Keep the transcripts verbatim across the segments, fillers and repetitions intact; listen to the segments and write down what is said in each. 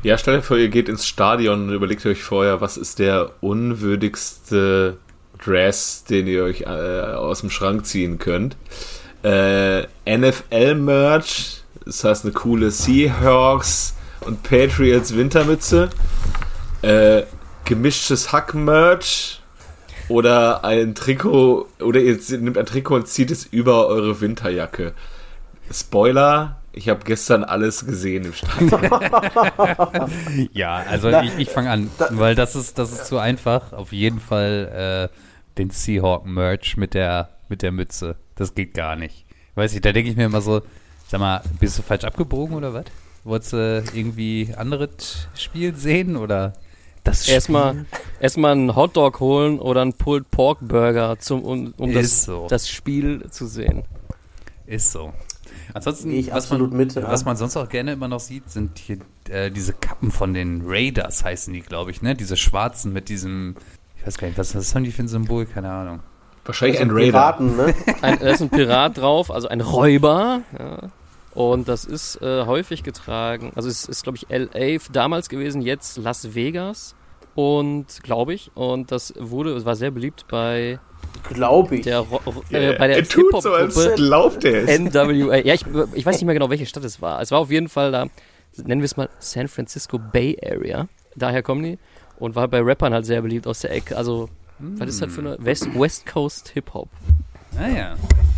Ja, stellt euch vor, ihr geht ins Stadion und überlegt euch vorher, was ist der unwürdigste Dress, den ihr euch äh, aus dem Schrank ziehen könnt. Äh, N F L-Merch, das heißt eine coole Seahawks und Patriots Wintermütze. Äh, gemischtes Hack-Merch oder ein Trikot, oder ihr nehmt ein Trikot und zieht es über eure Winterjacke. Spoiler, ich habe gestern alles gesehen im Stadion. Ja, also Na, ich, ich fange an, da, weil das ist, das ist zu einfach. Auf jeden Fall äh, den Seahawk-Merch mit der, mit der Mütze. Das geht gar nicht. Weiß ich, da denke ich mir immer so, sag mal, bist du falsch abgebogen oder was? Wolltest du irgendwie anderes Spiel sehen oder das Spiel? Erstmal erstmal einen Hotdog holen oder einen Pulled Pork Burger, zum, um, um das, so. das Spiel zu sehen. Ist so. Ansonsten, Gehe ich was absolut man, mit, ja. was man sonst auch gerne immer noch sieht, sind hier äh, diese Kappen von den Raiders, heißen die, glaube ich, ne? Diese schwarzen mit diesem, ich weiß gar nicht, was, was haben die für ein Symbol? Keine Ahnung. Wahrscheinlich Also ein Raider. Piraten, ne? Ein, da ist ein Pirat drauf, also ein Räuber. Ja. Und das ist äh, häufig getragen. Also es ist, glaube ich, L A damals gewesen, jetzt Las Vegas. Und, glaube ich, und das wurde, war sehr beliebt bei Glaube ich. der, Ro- äh, Yeah. bei der Er tut so, als Hip-Hop-Gruppe glaubt er es. N W A. Ja, ich, ich weiß nicht mehr genau, welche Stadt es war. Es war auf jeden Fall da, nennen wir es mal San Francisco Bay Area. Daher kommen die. Und war bei Rappern halt sehr beliebt aus der Ecke. Also, Mm. was ist das für eine West, West Coast Hip-Hop? Ah ja.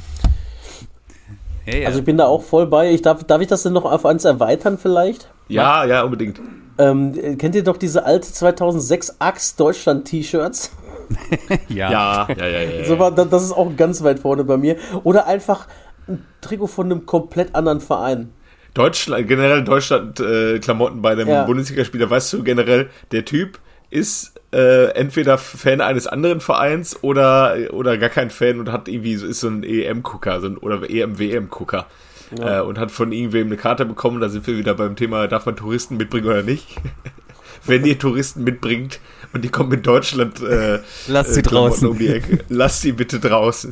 Ja, ja. Also ich bin da auch voll bei. Ich darf, darf ich das denn noch auf eins erweitern vielleicht? Ja, ja, unbedingt. Ähm, kennt ihr doch diese alte zweitausendsechs Axe Deutschland T-Shirts? ja. Ja, ja, ja, ja. ja. So war, das das ist auch ganz weit vorne bei mir. Oder einfach ein Trikot von einem komplett anderen Verein. Deutschland, generell Deutschland äh, Klamotten bei einem Ja. Bundesligaspieler, weißt du generell, der Typ ist äh, entweder Fan eines anderen Vereins oder, oder gar kein Fan und hat irgendwie so, ist so ein E M-Gucker so ein, oder E M W M-Gucker. Ja. Äh, und hat von irgendwem eine Karte bekommen. Da sind wir wieder beim Thema, darf man Touristen mitbringen oder nicht? Wenn ihr Touristen mitbringt und die kommen in Deutschland äh, Lasst sie äh, Klamotten draußen. um die Ecke, lasst sie bitte draußen.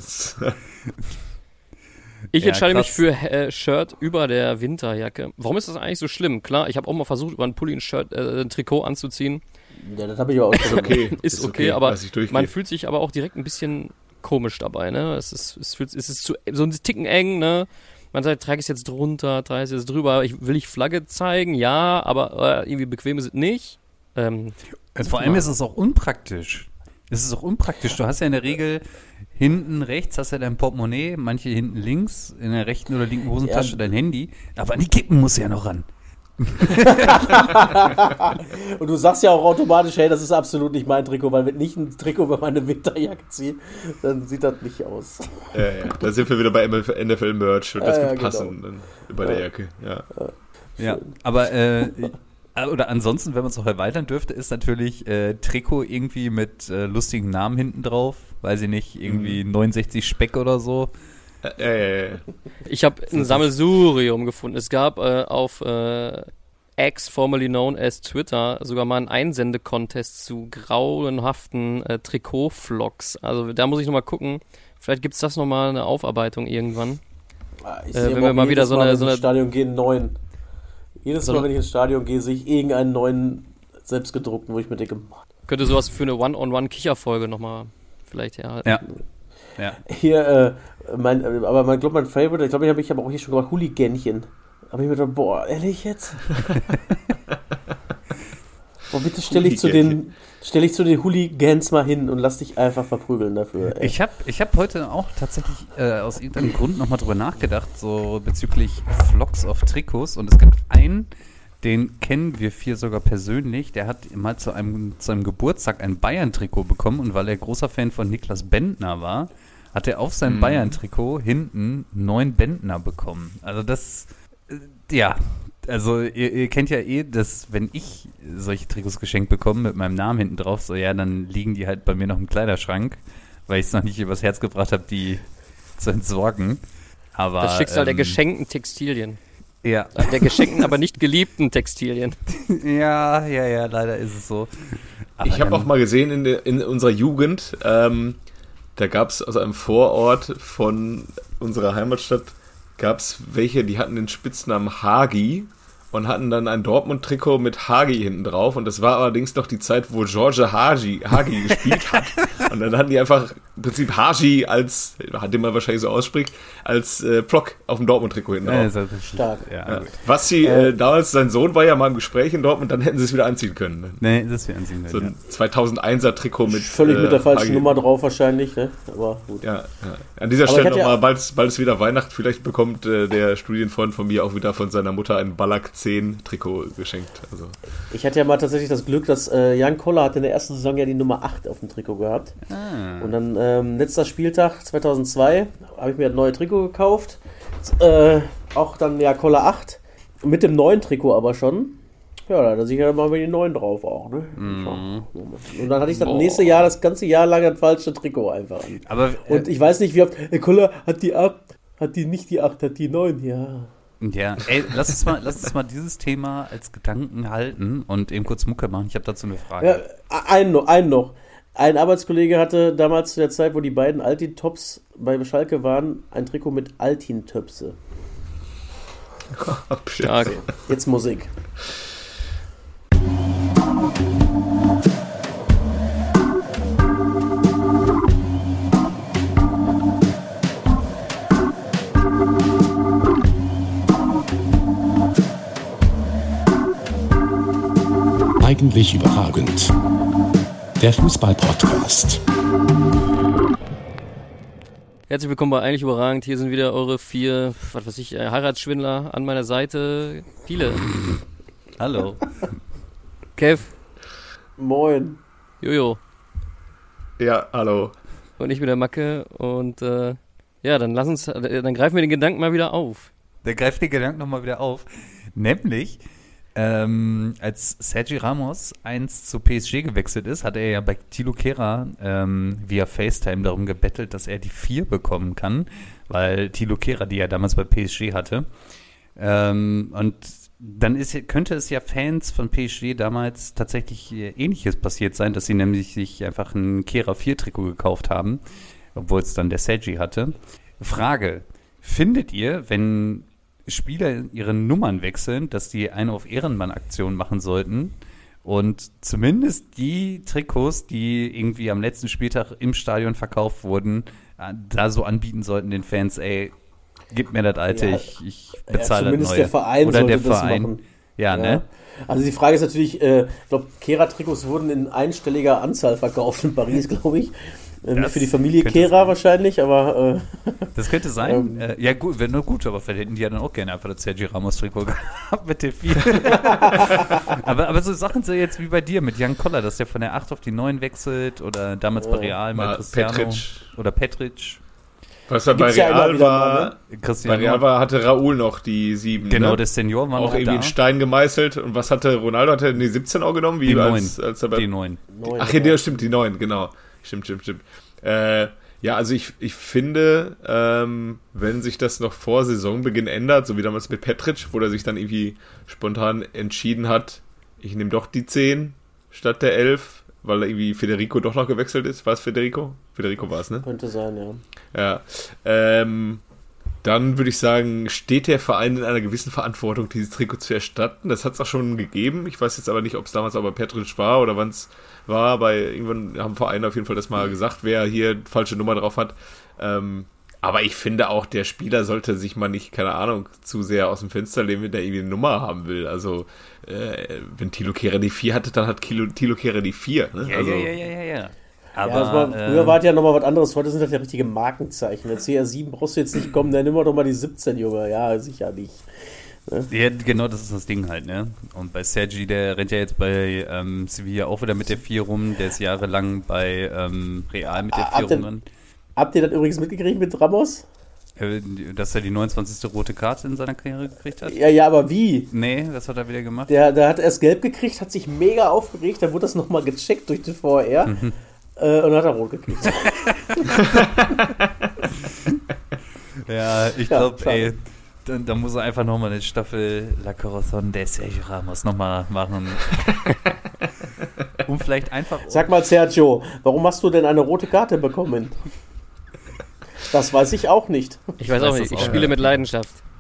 Ich Ja, entscheide mich krass. für äh, Shirt über der Winterjacke. Warum ist das eigentlich so schlimm? Klar, ich habe auch mal versucht, über ein Pulli ein, Shirt, äh, ein Trikot anzuziehen. Ja, das habe ich aber auch schon. Okay, Ist, okay, aber lass ich durchgehen. man fühlt sich aber auch direkt ein bisschen komisch dabei, ne? Es ist, es fühlt, es ist zu, so ein Ticken eng, ne? Man sagt, trage ich es jetzt drunter, trage ich es jetzt drüber. Ich, will ich Flagge zeigen? Ja, aber äh, irgendwie bequem ist es nicht. Ähm, Also vor allem ist es auch unpraktisch. Es ist auch unpraktisch. Du hast ja in der Regel hinten rechts hast du ja dein Portemonnaie, manche hinten links, in der rechten oder linken Hosentasche Ja. dein Handy. Aber an die Kippen muss ja noch ran. Und du sagst ja auch automatisch, hey, das ist absolut nicht mein Trikot, weil wenn ich ein Trikot über meine Winterjacke ziehe, dann sieht das nicht aus. Ja, ja. Da sind wir wieder bei N F L-Merch und das Ja, wird ja, passen genau. dann über der Jacke. Ja. Ja, aber äh, oder ansonsten, wenn man es noch erweitern dürfte, ist natürlich äh, Trikot irgendwie mit äh, lustigen Namen hinten drauf. Weiß ich nicht, irgendwie neunundsechzig Speck oder so. Ja, ja, ja, ja. ich habe ein Sammelsurium gefunden. Es gab äh, auf äh, X, formerly known as Twitter, sogar mal einen Einsende-Contest zu grauenhaften äh, Trikot-Vlogs. Also da muss ich nochmal gucken. Vielleicht gibt es das nochmal eine Aufarbeitung irgendwann. Ich Äh, sehe wenn aber wir auch mal wieder jedes so Mal, eine- wenn so ich eine- ins Stadion gehe, einen neuen. Jedes So Mal, eine- wenn ich ins Stadion gehe, sehe ich irgendeinen neuen selbstgedruckten, wo ich mir denke, Mann. Könnte sowas für eine One-on-One-Kicher-Folge nochmal vielleicht herhalten. Ja. Ja. Hier, äh, mein, äh, aber mein, glaub, mein Favorite, ich glaube, ich habe ich hab auch hier schon gemacht, Hooliganchen. Aber ich mir gedacht, boah, ehrlich jetzt? Boah, bitte stell dich zu den, stell dich zu den Hooligans mal hin und lass dich einfach verprügeln dafür. Ey. Ich habe ich hab heute auch tatsächlich äh, aus irgendeinem Grund nochmal drüber nachgedacht, so bezüglich Vlogs auf Trikots. Und es gibt einen, den kennen wir vier sogar persönlich, der hat mal zu einem, zu einem Geburtstag ein Bayern-Trikot bekommen. Und weil er großer Fan von Niklas Bendtner war, hat er auf seinem Mhm. Bayern-Trikot hinten neun Bendtner bekommen. Also das, äh, ja, also ihr, ihr kennt ja eh, dass wenn ich solche Trikots geschenkt bekomme mit meinem Namen hinten drauf, so ja, dann liegen die halt bei mir noch im Kleiderschrank, weil ich es noch nicht übers Herz gebracht habe, die zu entsorgen. Aber Das Schicksal der ähm, geschenkten Textilien. Ja, Äh, Der geschenkten, aber nicht geliebten Textilien. ja, ja, ja, leider ist es so. Aber Ich habe dann- auch mal gesehen in, der- in unserer Jugend, ähm, da gab es aus einem Vorort von unserer Heimatstadt, gab es welche, die hatten den Spitznamen Hagi und hatten dann ein Dortmund-Trikot mit Hagi hinten drauf und das war allerdings noch die Zeit, wo George Hagi, Hagi gespielt hat und dann hatten die einfach im Prinzip Hagi als, den man wahrscheinlich so ausspricht, als äh, Plock auf dem Dortmund-Trikot hinten drauf. Ja, Stark. Ja, Ja. Was sie, äh, äh, damals, sein Sohn war ja mal im Gespräch in Dortmund, dann hätten sie es wieder anziehen können. Ne? Nee, das wäre anziehen So können. ein zweitausendeiner Trikot mit Völlig mit der äh, falschen Hagi. Nummer drauf wahrscheinlich, ne? Aber gut. Ja, ja. An dieser Aber Stelle ich hatte nochmal, ja- bald, bald ist wieder Weihnachten, vielleicht bekommt äh, der Studienfreund von mir auch wieder von seiner Mutter ein Ballack zehn Trikot geschenkt. Also. Ich hatte ja mal tatsächlich das Glück, dass äh, Jan Koller hat in der ersten Saison ja die Nummer acht auf dem Trikot gehabt. Ah. Und dann ähm, letzter Spieltag zweitausendzwei habe ich mir ein neues Trikot gekauft. Äh, auch dann ja Koller acht. Mit dem neuen Trikot aber schon. Ja, da sehe ich ja mal wieder die neuen drauf auch. Ne? Mhm. Und dann hatte ich das nächste Jahr, das ganze Jahr lang das falsche Trikot einfach an. Aber äh, Und ich weiß nicht, wie oft. Äh, Koller hat die acht, hat die nicht die acht, hat die neun, ja. ja, ey, lass uns mal, lass uns mal dieses Thema als Gedanken halten und eben kurz Mucke machen. Ich habe dazu eine Frage. Ja, einen noch, einen noch. Ein Arbeitskollege hatte damals zu der Zeit, wo die beiden Altin-Tops bei Schalke waren, ein Trikot mit Altin-Töpse. Stark. Jetzt Musik. Eigentlich überragend. Der Fußball-Podcast. Herzlich willkommen bei Eigentlich Überragend. Hier sind wieder eure vier, was weiß ich, äh, Heiratsschwindler an meiner Seite. Viele. Hallo. Kev, Moin. Jojo Ja, hallo. und ich bin der Macke. Und äh, ja, dann lass uns, äh, dann greifen wir den Gedanken mal wieder auf. Der greift den Gedanken nochmal wieder auf. Nämlich, ähm, als Sergi Ramos einst zu P S G gewechselt ist, hat er ja bei Thilo Kehrer ähm, via FaceTime darum gebettelt, dass er die vier bekommen kann, weil Thilo Kehrer die ja damals bei P S G hatte. Ähm, und dann ist, könnte es ja Fans von P S G damals tatsächlich äh, Ähnliches passiert sein, dass sie nämlich sich einfach ein Kehrer vier Trikot gekauft haben, obwohl es dann der Sergi hatte. Frage, findet ihr, wenn Spieler ihre Nummern wechseln, dass die eine auf Ehrenmann-Aktion machen sollten und zumindest die Trikots, die irgendwie am letzten Spieltag im Stadion verkauft wurden, äh, da so anbieten sollten den Fans, ey, gib mir das alte, Ja, ich, ich Ja, bezahle das zumindest neue. der Verein Oder sollte der Verein. das machen. Ja, ne? Also die Frage ist natürlich, äh, ich glaube, Kehrer-Trikots wurden in einstelliger Anzahl verkauft in Paris, glaube ich. Ähm, Das für die Familie könnte Kehrer sein. wahrscheinlich, aber äh, Das könnte sein. Ähm. äh, ja, gut, wäre nur gut, aber vielleicht hätten die ja dann auch gerne einfach das Sergio Ramos-Trikot gehabt mit der vier. aber, aber so Sachen so jetzt wie bei dir mit Jan Koller, dass der von der acht auf die neun wechselt oder damals bei Real mit Mal Cristiano Petric. oder Petric. Was er bei Gibt's ja immer Real wieder war, mal, bei Cristiano. Real war, hatte Raúl noch die sieben. Genau, ne? der Senior war auch noch irgendwie da. in Stein gemeißelt. Und was hatte Ronaldo? Hatte die siebzehn auch genommen? Wie Die als, neun. als er bei, Die neun. neun, Ach ja, ja. stimmt, die neun, genau. Stimmt, stimmt, stimmt. Äh, ja, also ich, ich finde, ähm, wenn sich das noch vor Saisonbeginn ändert, so wie damals mit Petric, wo er sich dann irgendwie spontan entschieden hat, ich nehme doch die zehn statt der elf, weil irgendwie Federico doch noch gewechselt ist. War es Federico? Federico war es, ne? könnte sein, ja. Ja. Ähm, dann würde ich sagen, steht der Verein in einer gewissen Verantwortung, dieses Trikot zu erstatten. Das hat es auch schon gegeben. Ich weiß jetzt aber nicht, ob es damals aber Petric war oder wann es war. Bei irgendwann haben Vereine auf jeden Fall das mal gesagt, wer hier falsche Nummer drauf hat. Ähm, aber ich finde auch, der Spieler sollte sich mal nicht, keine Ahnung, zu sehr aus dem Fenster lehnen, wenn der irgendwie eine Nummer haben will. Also, äh, wenn Thilo Kehrer die vier hatte, dann hat Kilo, Thilo Kehrer die vier. Ne? Ja, also, ja, ja, ja, ja, ja. Aber, ja, das war, früher äh, war es ja nochmal was anderes, heute sind das ja richtige Markenzeichen. Der C R sieben brauchst du jetzt nicht kommen, dann nimm doch mal die siebzehn, Junge. Ja, sicher nicht. Ja, genau, das ist das Ding halt, ne? Und bei Sergi, der rennt ja jetzt bei ähm, Sevilla auch wieder mit der vier rum, der ist jahrelang bei ähm, Real mit der Ah, vier habt ihr- rum. Habt ihr das übrigens mitgekriegt mit Ramos? Äh, dass er die neunundzwanzigste rote Karte in seiner Karriere gekriegt hat? Ja, ja, aber wie? Nee, das hat er wieder gemacht. Der, der hat erst gelb gekriegt, hat sich mega aufgeregt, dann wurde das nochmal gecheckt durch die V R Mhm. äh, und dann hat er rot gekriegt. Ja, ich Ja, glaube, schade. ey, da, da muss er einfach nochmal eine Staffel La Corazon de Sergio Ramos nochmal machen. Um vielleicht einfach... Sag mal, Sergio, warum hast du denn eine rote Karte bekommen? Das weiß ich auch nicht. Ich weiß weiß auch nicht, das ich auch spiele nicht. mit Leidenschaft.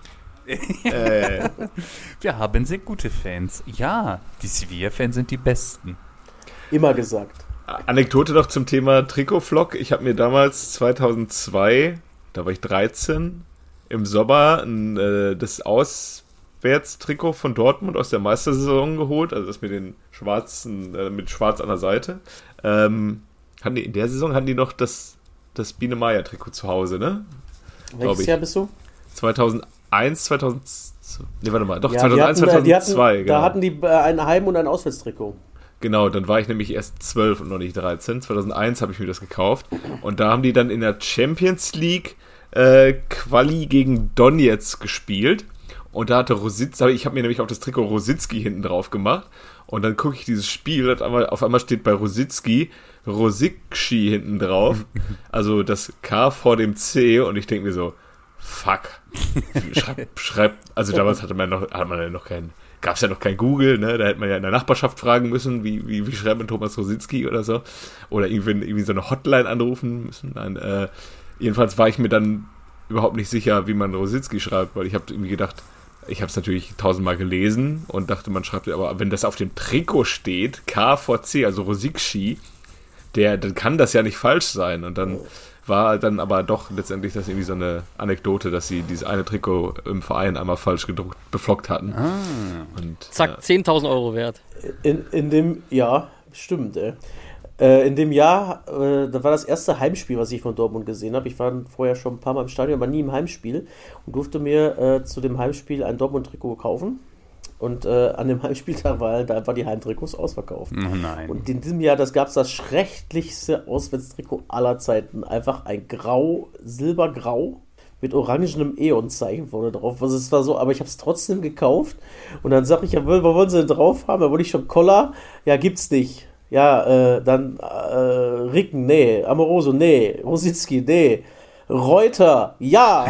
äh, Wir haben sehr gute Fans. Ja, die Sevilla-Fans sind die besten. Immer gesagt. Anekdote noch zum Thema Trikotflock. Ich habe mir damals zweitausendzwei, da war ich dreizehn, im Sommer ein, äh, das Auswärtstrikot von Dortmund aus der Meistersaison geholt, also das mit den schwarzen, äh, mit schwarz an der Seite. Ähm, hatten die, in der Saison hatten die noch das, das Biene-Meier-Trikot zu Hause, ne? Welches Jahr bist du? zweitausendeins, zweitausend, ne, warte mal, doch, Ja, zweitausendeins, die hatten, die hatten, zweitausendzwei, genau. Da hatten die äh, ein Heim- und ein Auswärtstrikot. Genau, dann war ich nämlich erst zwölf und noch nicht dreizehn. zweitausendeins habe ich mir das gekauft. Und da haben die dann in der Champions League äh, Quali gegen Donetsk gespielt. Und da hatte Rositzky, ich habe mir nämlich auf das Trikot Rositzky hinten drauf gemacht. Und dann gucke ich dieses Spiel, und auf einmal, auf einmal steht bei Rositzky Rosickshi hinten drauf. Also das K vor dem C. Und ich denke mir so, fuck. Schreib, schreib, also damals hatte man noch, hatte man ja noch keinen, gab es ja noch kein Google, ne? Da hätte man ja in der Nachbarschaft fragen müssen, wie, wie, wie schreibt man Thomas Rositzky oder so. Oder irgendwie, irgendwie so eine Hotline anrufen müssen. Nein, äh, jedenfalls war ich mir dann überhaupt nicht sicher, wie man Rositzky schreibt, weil ich habe irgendwie gedacht, ich habe es natürlich tausendmal gelesen und dachte, man schreibt, aber wenn das auf dem Trikot steht, K vor C, also Rosickshi, der, dann kann das ja nicht falsch sein. Und dann war dann aber doch letztendlich das irgendwie so eine Anekdote, dass sie dieses eine Trikot im Verein einmal falsch gedruckt, beflockt hatten. Ah. Und, Zack, ja. zehntausend Euro wert. In, in dem Jahr, stimmt, ey. Äh, in dem Jahr, äh, da war das erste Heimspiel, was ich von Dortmund gesehen habe. Ich war vorher schon ein paar Mal im Stadion, aber nie im Heimspiel und durfte mir äh, zu dem Heimspiel ein Dortmund-Trikot kaufen. Und äh, an dem Heimspieltag war da einfach die Heimtrikots ausverkauft. Oh nein. Und in diesem Jahr, das gab es das schrecklichste Auswärtstrikot aller Zeiten. Einfach ein grau, silbergrau mit orangenem Eon-Zeichen vorne drauf. Also es war so, aber ich habe es trotzdem gekauft. Und dann sag ich, ja, wo wollen sie denn drauf haben? Da wurde ich schon Koller. Ja, gibt's nicht. Ja, äh, dann äh, Ricken, nee. Amoroso, nee. Rositzky, nee. Reuter, ja.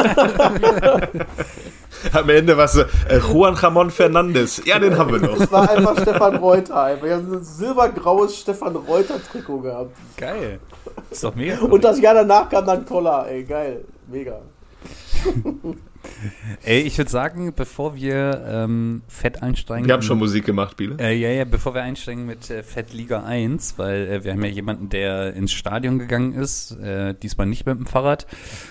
Am Ende war es so, äh, Juan Ramon Fernandes. Ja, den haben wir noch. Das war einfach Stefan Reuter. Einfach. Wir haben ein silbergraues Stefan Reuter-Trikot gehabt. Geil. Ist doch mega. Und das Jahr danach kam dann Koller. Ey, geil. Mega. Ey, ich würde sagen, bevor wir ähm, fett einsteigen. Wir haben schon Musik gemacht, Biele. Äh, ja, ja, bevor wir einsteigen mit äh, Fett Liga eins, weil äh, wir haben ja jemanden, der ins Stadion gegangen ist, äh, diesmal nicht mit dem Fahrrad,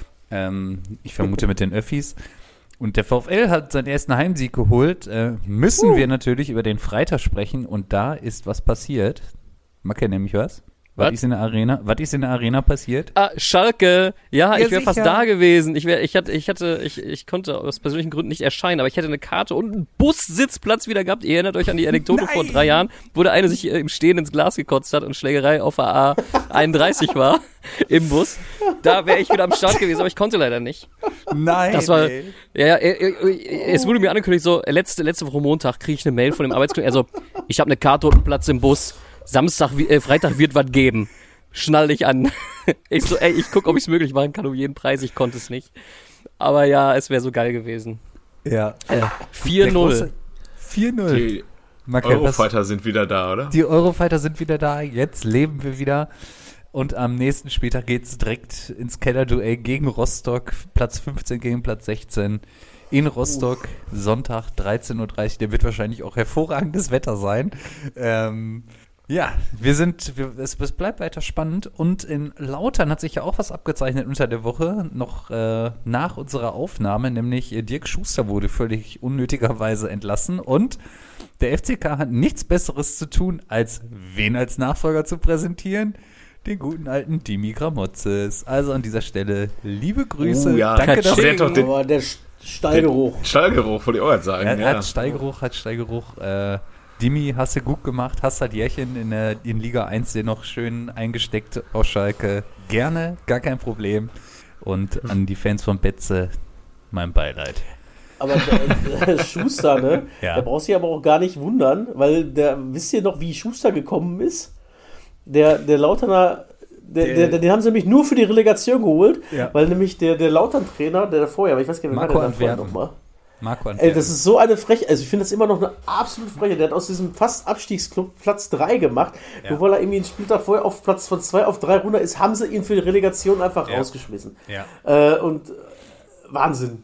ähm, ich vermute mit den Öffis. Und der VfL hat seinen ersten Heimsieg geholt. Äh, müssen uh. wir natürlich über den Freitag sprechen und da ist was passiert. Macke nämlich was? Was ist in der Arena? Was ist in der Arena passiert? Ah, Schalke. Ja, Ja, ich wäre fast sicher. da gewesen. Ich wäre, ich hatte, ich hatte, ich, ich konnte aus persönlichen Gründen nicht erscheinen, aber ich hätte eine Karte und einen Bussitzplatz wieder gehabt. Ihr erinnert euch an die Anekdote vor drei Jahren, wo der eine sich äh, im Stehen ins Glas gekotzt hat und Schlägerei auf der A einunddreißig war im Bus. Da wäre ich wieder am Start gewesen, aber ich konnte leider nicht. Nein. Das war, ja, ja, äh, äh, es wurde mir angekündigt, so, letzte, letzte Woche Montag kriege ich eine Mail von dem Arbeitskollegen, also, ich habe eine Karte und einen Platz im Bus. Samstag, äh, Freitag wird was geben. Schnall dich an. Ich so, ey, ich guck, ob ich es möglich machen kann um jeden Preis. Ich konnte es nicht. Aber ja, es wäre so geil gewesen. Ja. Äh, vier null. vier null. Die Macke, Eurofighter sind wieder da, oder? Die Eurofighter sind wieder da. Jetzt leben wir wieder. Und am nächsten Spieltag geht's direkt ins Kellerduell gegen Rostock. Platz fünfzehn gegen Platz sechzehn. In Rostock, Uff. Sonntag, dreizehn Uhr dreißig. Der wird wahrscheinlich auch hervorragendes Wetter sein. Ähm, ja, wir sind, wir, es, es bleibt weiter spannend. Und in Lautern hat sich ja auch was abgezeichnet unter der Woche, noch äh, nach unserer Aufnahme, nämlich äh, Dirk Schuster wurde völlig unnötigerweise entlassen. Und der F C K hat nichts Besseres zu tun, als wen als Nachfolger zu präsentieren. Den guten alten Dimi Gramotzes. Also an dieser Stelle liebe Grüße. Oh, ja. Danke, dass Katsching. doch den- Aber der Stallgeruch. Den Stallgeruch, wollte ich auch jetzt sagen. er ja. hat Steigeruch, hat Steigeruch. Äh, Dimi, hast du gut gemacht, hast halt Jährchen in, der, in Liga eins dir noch schön eingesteckt aus Schalke. Gerne, gar kein Problem. Und an die Fans von Betze, mein Beileid. Aber der, der Schuster, ne? Ja. Der braucht sich aber auch gar nicht wundern, weil der, wisst ihr noch, wie Schuster gekommen ist? Der, der Lauterner, der, Der- der, der, den haben sie nämlich nur für die Relegation geholt, Ja. weil nämlich der, der Lautern-Trainer, der davor, ja, aber ich weiß gar nicht, wer Marco war der davor Antwerpen. nochmal? Marco Ey, das ist so eine Frechheit. Also ich finde das immer noch eine absolute Frechheit. Der hat aus diesem fast Abstiegsclub Platz drei gemacht. Ja. Nur weil er irgendwie einen Spieltag vorher auf Platz von zwei auf drei runter ist, haben sie ihn für die Relegation einfach Ja. rausgeschmissen. Ja. Äh, und äh, Wahnsinn.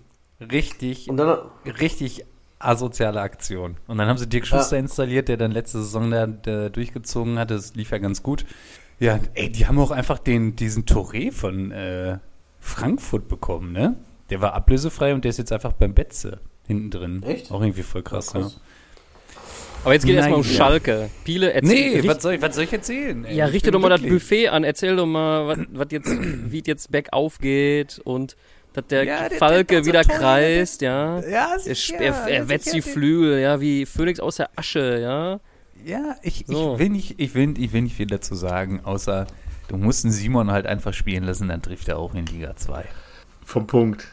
richtig, Und dann, richtig asoziale Aktion. Und dann haben sie Dirk Schuster ja. installiert, der dann letzte Saison da, da durchgezogen hatte. Das lief ja ganz gut. Ja, ey, die haben auch einfach den, diesen Touré von äh, Frankfurt bekommen, ne? Der war ablösefrei und der ist jetzt einfach beim Betze hinten drin. Echt? Auch irgendwie voll krass, ja. krass. Aber jetzt geht erstmal um Nein, Schalke. Piele, erzähl. Nee, richt, was soll, ich, was soll ich erzählen? Ey? ja, Ich richte bin doch mal das glücklich. Buffet an. Erzähl doch mal, was jetzt, wie es jetzt bergauf geht und dass der Ja, der- Falke der- wieder unser Torwart, kreist, ja. Ja, Er, sicher, er, er ja, wetzt die sicher. Flügel, ja, wie Phönix aus der Asche, ja. Ja, ich, So. ich, will nicht, ich, will, ich will nicht viel dazu sagen, außer du musst den Simon halt einfach spielen lassen, dann trifft er auch in Liga zwei. Vom Punkt.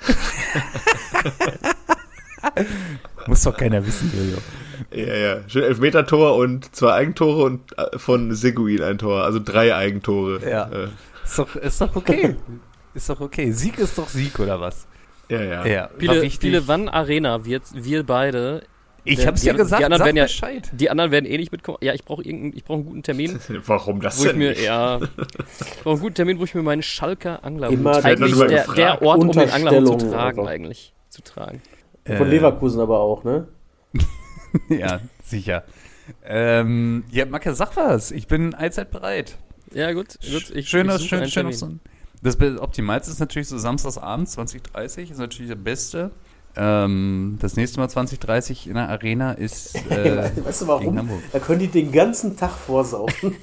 Muss doch keiner wissen, Jojo. Ja, ja. Schön Elfmeter-Tor und zwei Eigentore und äh, von Seguin ein Tor. Also drei Eigentore. Ja. Äh, Ist doch, ist doch okay. Ist doch okay. Sieg ist doch Sieg, oder was? ja, ja. Ja, war Viele, wichtig. viele wann Arena, wir, wir beide. Ich hab's die, ja gesagt, die anderen sag werden ja, Bescheid. Die anderen werden eh nicht mitkommen. Ja, ich brauche irgendeinen, ich brauche einen guten Termin, Warum das wo ich denn mir, nicht? ja, ich brauche einen guten Termin, wo ich mir meinen Schalker Anglerhut, Immer eigentlich werden der, gefragt. der Ort, um den Anglerhut zu Unterstellung tragen, einfach. eigentlich, zu tragen. Von Äh, Leverkusen aber auch, ne? Ja, sicher. Ähm, ja, Macke, sag was. Ich bin allzeit bereit. Ja, gut, gut. Ich, schön, ich aus, suche schön, einen schön auf Termin. so ein, das Be- Optimalste ist natürlich so samstagsabends zwanzig dreißig, ist natürlich das Beste. Ähm, das nächste Mal zwanzig dreißig in der Arena ist äh, weißt du gegen warum? Hamburg. Da können die den ganzen Tag vorsaufen.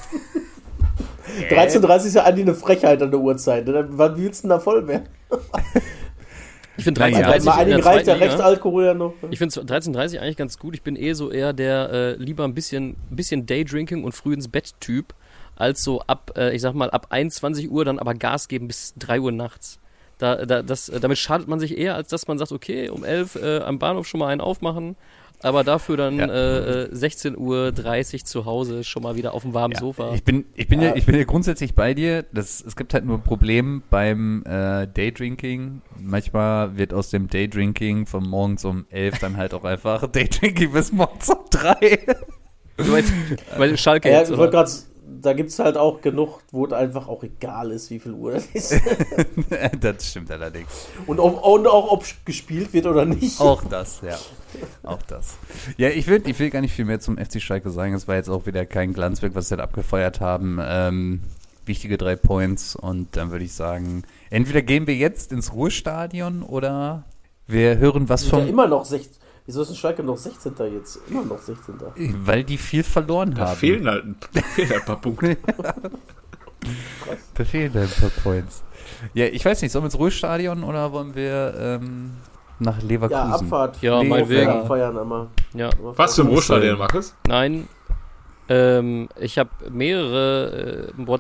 dreizehn Uhr dreißig ist ja eigentlich eine Frechheit an der Uhrzeit. Ne? Wann willst du denn da voll werden? Ich finde Na ja. dreizehn Uhr dreißig Bei in der einigen reicht der zweiten Liga. Rechtsalkohol ja noch. Ich finde dreizehn Uhr dreißig eigentlich ganz gut. Ich bin eh so eher der äh, lieber ein bisschen, bisschen Daydrinking und früh ins Bett-Typ, als so ab, äh, ich sag mal, ab einundzwanzig Uhr dann aber Gas geben bis drei Uhr nachts. Da, da, das, äh, damit schadet man sich eher, als dass man sagt, okay, um elf äh, am Bahnhof schon mal einen aufmachen, aber dafür dann Ja. äh, sechzehn Uhr dreißig zu Hause schon mal wieder auf dem warmen Ja, Sofa. ich bin, ich bin ja. Ja. ich bin ja grundsätzlich bei dir. Das, es gibt halt nur ein Problem beim äh, Daydrinking. Manchmal wird aus dem Daydrinking von morgens um elf dann halt auch einfach Daydrinking bis morgens um drei. Du meinst, weil Schalke Ja, jetzt, ich wollte oder? gerade, da gibt es halt auch genug, wo es einfach auch egal ist, wie viel Uhr das ist. Das stimmt allerdings. Und, ob, und auch, ob gespielt wird oder nicht. Auch das, ja. Auch das. Ja, ich will, ich will gar nicht viel mehr zum F C Schalke sagen. Es war jetzt auch wieder kein Glanzwerk, was sie halt abgefeuert haben. Ähm, wichtige drei Points. Und dann würde ich sagen, entweder gehen wir jetzt ins Ruhestadion oder wir hören was Sind ja vom... immer noch sechzehn. Wieso ist ein Schalke noch sechzehnter jetzt? Immer noch sechzehnter. Weil die viel verloren Da haben. fehlen halt ein, da fehlen halt ein paar Punkte. Da fehlen ein paar Points. Ja, ich weiß nicht, sollen wir ins Ruhestadion oder wollen wir ähm, nach Leverkusen? Ja, Abfahrt. Ja, Nee, meinetwegen. ja. Feiern immer. Ja. Was zum Ruhestadion, Markus? Nein, ähm, ich habe mehrere äh,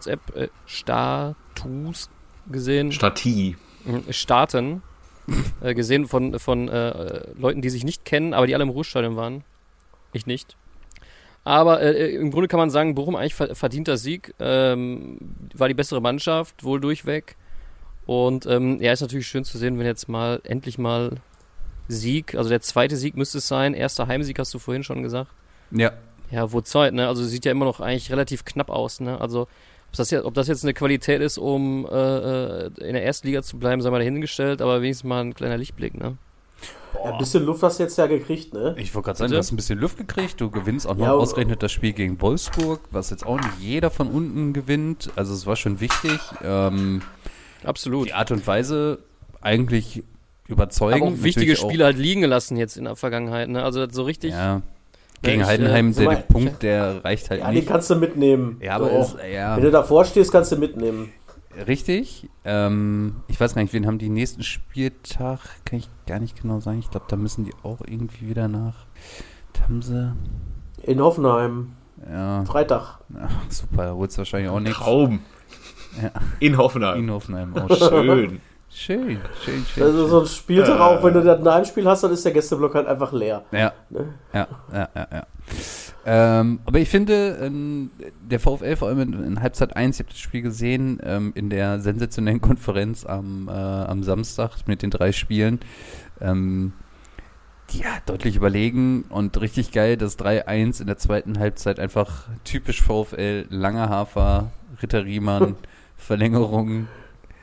WhatsApp-Status gesehen. Statie. Staaten äh, gesehen von, von äh, Leuten, die sich nicht kennen, aber die alle im Ruhestadion waren. Ich nicht. Aber äh, im Grunde kann man sagen, Bochum eigentlich ver- verdienter Sieg. Ähm, war die bessere Mannschaft, wohl durchweg. Und ähm, ja, ist natürlich schön zu sehen, wenn jetzt mal endlich mal Sieg, also der zweite Sieg müsste es sein. Erster Heimsieg hast du vorhin schon gesagt. Ja. Ja, wo Zeit, ne? Also sieht ja immer noch eigentlich relativ knapp aus, ne? Also ob das jetzt, ob das jetzt eine Qualität ist, um äh, in der ersten Liga zu bleiben, sei mal dahingestellt, aber wenigstens mal ein kleiner Lichtblick, ne? Ja, ein bisschen Luft hast du jetzt ja gekriegt, ne? Ich wollte gerade sagen, Bitte? du hast ein bisschen Luft gekriegt. Du gewinnst auch noch Ja, aber- ausgerechnet das Spiel gegen Wolfsburg, was jetzt auch nicht jeder von unten gewinnt. Also es war schon wichtig. Ähm, Absolut. die Art und Weise eigentlich überzeugend. Aber auch wichtige Natürlich Spiele halt liegen gelassen jetzt in der Vergangenheit, ne? Also so richtig. Ja. Gegen ich, Heidenheim, äh, der sag mal, Punkt, der reicht halt Ja, den nicht. kannst du mitnehmen. Ja, aber Doch. es, ja, Wenn du davor stehst, kannst du mitnehmen. richtig. Ähm, ich weiß gar nicht, wen haben die nächsten Spieltag? Kann ich gar nicht genau sagen. Ich glaube, da müssen die auch irgendwie wieder nach. Da haben sie. In Hoffenheim. Ja, Freitag. ach, super, da holst du wahrscheinlich auch nichts. Traum. Ja. In Hoffenheim. In Hoffenheim auch. Schön. Schön, schön, schön. Also so ein Spieltag Äh. auch, wenn du das ein Heimspiel hast, dann ist der Gästeblock halt einfach leer. Ja, Ne? ja, ja, ja, ja. Ähm, aber ich finde, ähm, der VfL, vor allem in, in Halbzeit eins, ich habe das Spiel gesehen, ähm, in der sensationellen Konferenz am, äh, am Samstag mit den drei Spielen, ähm, ja, deutlich überlegen und richtig geil, das drei eins in der zweiten Halbzeit einfach typisch VfL, langer Hafer, Ritter Riemann, Verlängerung,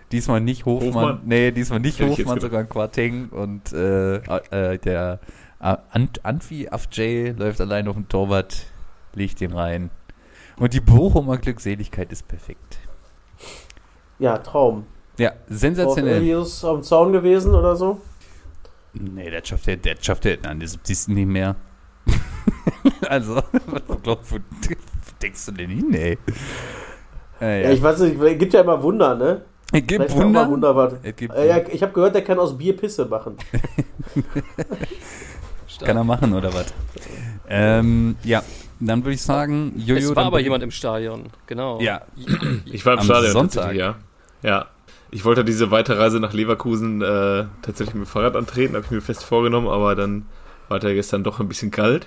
Diesmal nicht Hofmann. Hofmann? Nee, diesmal nicht Hätte ich jetzt Hofmann, gedacht. sogar Quateng. Und äh, äh, der äh, Ant- Antwi Afjay läuft allein auf dem Torwart, legt den rein. Und die Bochumer Glückseligkeit ist perfekt. Ja, Traum. Ja, sensationell. Jesus auf dem Zaun gewesen oder so? Nee, das schafft er, das schafft er an der siebzigsten nicht mehr. Also, was glaubst du, denkst du denn hin, ey? Äh, Ja, ich weiß nicht, es gibt ja immer Wunder, ne? Es gibt Vielleicht kann auch mal Wunder. Wunder was. Es gibt Äh, ja, ich habe gehört, der kann aus Bier Pisse machen. Kann er machen, oder was? Ähm, ja, dann würde ich sagen, Jojo. Es war dann aber bin- jemand im Stadion, genau. Ja, Ich war im Am Stadion Sonntag. tatsächlich, ja. Ja. Ich wollte diese Weiterreise nach Leverkusen äh, tatsächlich mit dem Fahrrad antreten, habe ich mir fest vorgenommen, aber dann war der gestern doch ein bisschen kalt.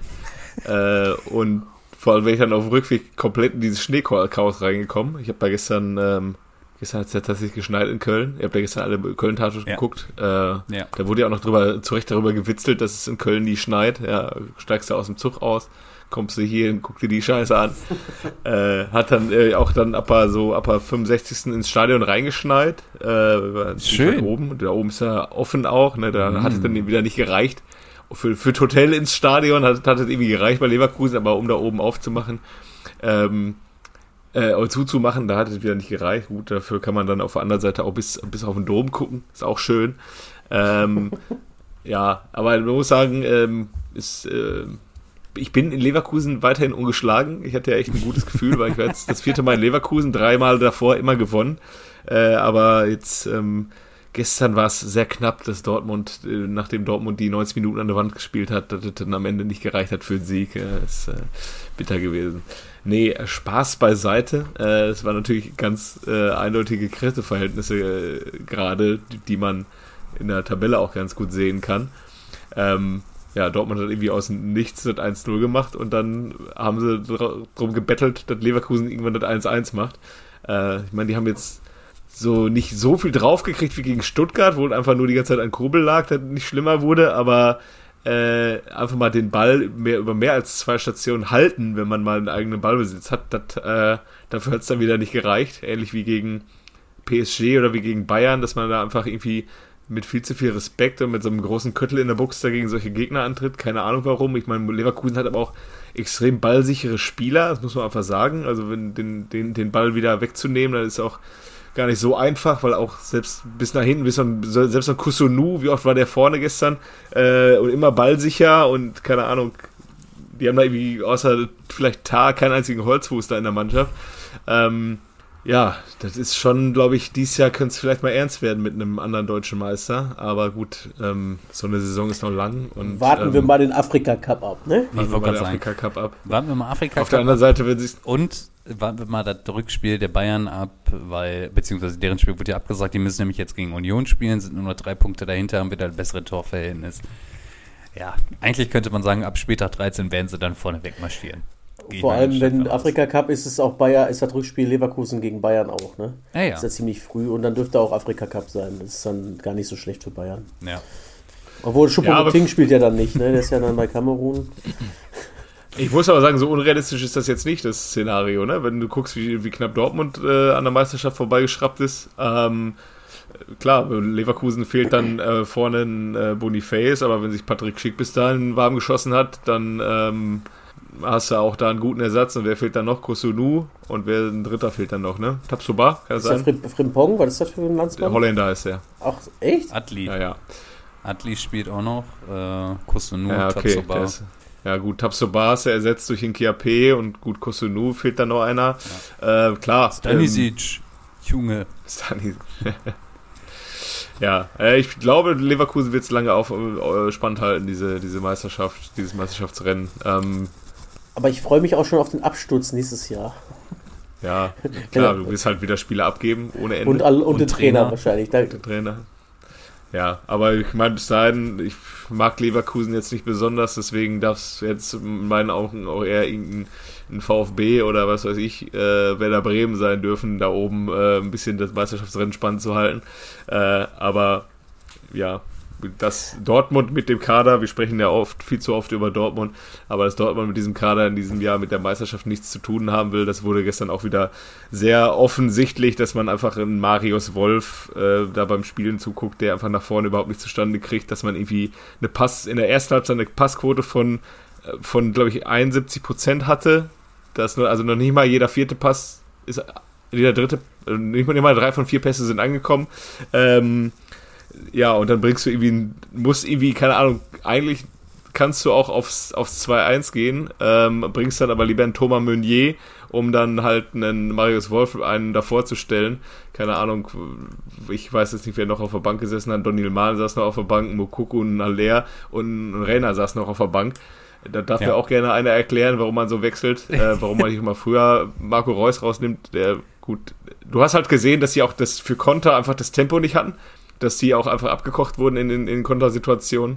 äh, und vor allem bin ich dann auf dem Rückweg komplett in dieses Schneechaos reingekommen. Ich habe da gestern, ähm, gestern hat es ja tatsächlich geschneit in Köln. Ihr habt ja gestern alle Köln-Tatort Ja. geguckt. Äh, Ja. Da wurde ja auch noch drüber, zu Recht darüber gewitzelt, dass es in Köln nie schneit. Ja, steigst du aus dem Zug aus, kommst du hier und guck dir die Scheiße an. äh, hat dann äh, auch dann ab der, so ab der fünfundsechzigsten ins Stadion reingeschneit. Äh, war Schön. halt oben. Da oben ist ja offen auch. Ne? Da Mm. hat es dann wieder nicht gereicht. Für, für das Hotel ins Stadion hat, hat es irgendwie gereicht bei Leverkusen, aber um da oben aufzumachen, ähm, äh, oder zuzumachen, da hat es wieder nicht gereicht. Gut, dafür kann man dann auf der anderen Seite auch bis, bis auf den Dom gucken. Ist auch schön. Ähm, ja, aber man muss sagen, ähm, ist, äh, ich bin in Leverkusen weiterhin ungeschlagen. Ich hatte ja echt ein gutes Gefühl, weil ich war jetzt das vierte Mal in Leverkusen, dreimal davor immer gewonnen. Äh, aber jetzt, ähm, gestern war es sehr knapp, dass Dortmund, äh, nachdem Dortmund die neunzig Minuten an der Wand gespielt hat, dass es dann am Ende nicht gereicht hat für den Sieg. Äh, ist äh, bitter gewesen. Nee, äh, Spaß beiseite. Äh, es waren natürlich ganz äh, eindeutige Kräfteverhältnisse äh, gerade, die, die man in der Tabelle auch ganz gut sehen kann. Ähm, ja, Dortmund hat irgendwie aus dem Nichts das eins null gemacht und dann haben sie dr- drum gebettelt, dass Leverkusen irgendwann das eins eins macht. Äh, ich meine, die haben jetzt so nicht so viel draufgekriegt wie gegen Stuttgart, wo einfach nur die ganze Zeit an Kobel lag, das nicht schlimmer wurde, aber äh, einfach mal den Ball mehr, über mehr als zwei Stationen halten, wenn man mal einen eigenen Ballbesitz hat, das, äh, dafür hat es dann wieder nicht gereicht. Ähnlich wie gegen P S G oder wie gegen Bayern, dass man da einfach irgendwie mit viel zu viel Respekt und mit so einem großen Köttel in der Box dagegen solche Gegner antritt. Keine Ahnung warum. Ich meine, Leverkusen hat aber auch extrem ballsichere Spieler, das muss man einfach sagen. Also wenn den, den, den Ball wieder wegzunehmen, dann ist auch gar nicht so einfach, weil auch selbst bis nach hinten, bis man, selbst ein Kusunu, wie oft war der vorne gestern, äh, und immer ballsicher und keine Ahnung, die haben da irgendwie außer vielleicht Tar keinen einzigen Holzfuß da in der Mannschaft. Ähm, ja, das ist schon, glaube ich, dieses Jahr könnte es vielleicht mal ernst werden mit einem anderen deutschen Meister, aber gut, ähm, so eine Saison ist noch lang. Und, Warten ähm, wir mal den Afrika-Cup ab, ne? Ich warten wir wollte mal gerade den sagen, Afrika Cup ab. warten wir mal Afrika Auf der anderen Seite wird sich und warten wir mal das Rückspiel der Bayern ab, weil, beziehungsweise deren Spiel wurde ja abgesagt, die müssen nämlich jetzt gegen Union spielen, sind nur noch drei Punkte dahinter, haben wieder ein besseres Torverhältnis. Ja, eigentlich könnte man sagen, ab Spieltag dreizehn werden sie dann vorne wegmarschieren. Gehe ich Vor mal allem, ganz wenn stark von aus. Afrika-Cup ist es auch Bayern, ist das Rückspiel Leverkusen gegen Bayern auch, ne? Ja, ja. Ist ja ziemlich früh und dann dürfte auch Afrika-Cup sein. Das ist dann gar nicht so schlecht für Bayern. Ja. Obwohl Ja, Choupo-Moting aber- spielt ja dann nicht, ne? Der ist ja dann bei Kamerun. Ich muss aber sagen, so unrealistisch ist das jetzt nicht, das Szenario, ne? Wenn du guckst, wie, wie knapp Dortmund äh, an der Meisterschaft vorbeigeschraubt ist. Ähm, klar, Leverkusen fehlt dann äh, vorne ein äh, Boniface, aber wenn sich Patrick Schick bis dahin warm geschossen hat, dann ähm, hast du auch da einen guten Ersatz. Und wer fehlt dann noch? Kosunu. Und wer ein dritter fehlt dann noch, ne? Tabsoba, kann das Ist ja sein? Frim- Frimpong, was ist das für ein Der Landsmann? Holländer ist der. Ach, echt? Atli. Ja, ja. Atli spielt auch noch. Äh, Kusunu, Ja, okay. Tabsoba. der ist- Ja gut, Tabsoba ist ja ersetzt durch den Kiape und gut, Kosunu fehlt dann noch einer. Äh, klar. Stanisic. Junge. Stani. Ja, äh, ich glaube, Leverkusen wird es lange auf, äh, spannend halten, diese, diese Meisterschaft, dieses Meisterschaftsrennen. Ähm, Aber ich freue mich auch schon auf den Absturz nächstes Jahr. ja, klar, du willst halt wieder Spiele abgeben, ohne Ende. Und, all, und, Und den Trainer, Trainer. wahrscheinlich. Da, Der Trainer. Ja, aber ich meine, bis dahin, ich mag Leverkusen jetzt nicht besonders, deswegen darf es jetzt in meinen Augen auch eher irgendein ein VfB oder was weiß ich, äh, Werder Bremen sein dürfen, da oben äh, ein bisschen das Meisterschaftsrennen spannend zu halten. Äh, aber ja, dass Dortmund mit dem Kader, wir sprechen ja oft, viel zu oft über Dortmund, aber dass Dortmund mit diesem Kader in diesem Jahr mit der Meisterschaft nichts zu tun haben will, das wurde gestern auch wieder sehr offensichtlich, dass man einfach einen Marius Wolf äh, da beim Spielen zuguckt, der einfach nach vorne überhaupt nicht zustande kriegt, dass man irgendwie eine Pass, in der ersten Halbzeit eine Passquote von, von glaube ich, einundsiebzig Prozent hatte, dass nur, also noch nicht mal jeder vierte Pass ist, jeder dritte, nicht mal drei von vier Pässe sind angekommen. Ähm, ja, und dann bringst du irgendwie, musst irgendwie, keine Ahnung, eigentlich kannst du auch aufs, aufs zwei eins gehen, ähm, bringst dann aber lieber einen Thomas Meunier, um dann halt einen Marius Wolf einen davor zu stellen. Keine Ahnung, ich weiß jetzt nicht, wer noch auf der Bank gesessen hat. Donny Mahn saß noch auf der Bank, Moukoko und Aller und Reina saß noch auf der Bank. Da darf ja. mir auch gerne einer erklären, warum man so wechselt, äh, warum man nicht immer früher Marco Reus rausnimmt. Der, gut, du hast halt gesehen, dass sie auch das für Konter einfach das Tempo nicht hatten, dass die auch einfach abgekocht wurden in, in, in Kontersituationen.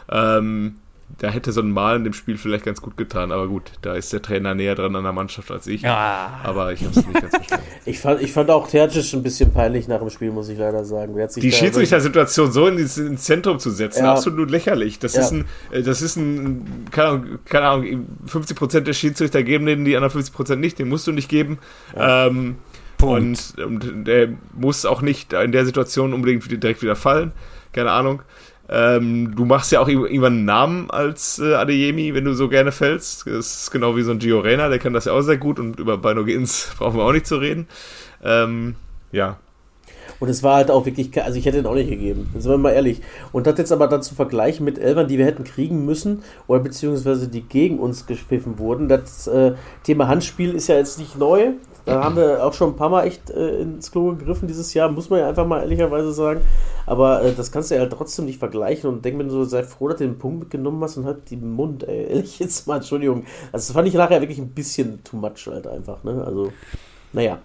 Ähm, da hätte so ein Mal in dem Spiel vielleicht ganz gut getan, aber gut, da ist der Trainer näher dran an der Mannschaft als ich. Ja. Aber ich habe es nicht ganz verstanden. Ich fand, ich fand auch Terzic ein bisschen peinlich nach dem Spiel, muss ich leider sagen. Wer hat sich die Schiedsrichter-Situation so ins, ins Zentrum zu setzen, ja. absolut lächerlich. Das ja. ist ein, das ist ein, keine Ahnung, keine Ahnung, fünfzig Prozent der Schiedsrichter geben denen, die anderen fünfzig Prozent nicht, den musst du nicht geben. Ja. Ähm, und, und der muss auch nicht in der Situation unbedingt direkt wieder fallen. Keine Ahnung. Ähm, du machst ja auch irgendwann einen Namen als äh, Adeyemi, wenn du so gerne fällst. Das ist genau wie so ein Gio Reyna, der kann das ja auch sehr gut und über Bino Gittens brauchen wir auch nicht zu reden. Ähm, ja. Und es war halt auch wirklich, also ich hätte ihn auch nicht gegeben, sind wir mal ehrlich. Und das jetzt aber dann zu vergleichen mit Elfern, die wir hätten kriegen müssen oder beziehungsweise die gegen uns gepfiffen wurden. Das äh, Thema Handspiel ist ja jetzt nicht neu. Da haben wir auch schon ein paar Mal echt äh, ins Klo gegriffen dieses Jahr, muss man ja einfach mal ehrlicherweise sagen. Aber äh, das kannst du ja halt trotzdem nicht vergleichen und denk mir so, sei froh, dass du den Punkt mitgenommen hast und halt den Mund, ey. Ehrlich jetzt mal, Entschuldigung. Also das fand ich nachher wirklich ein bisschen too much halt einfach, ne? Also, naja.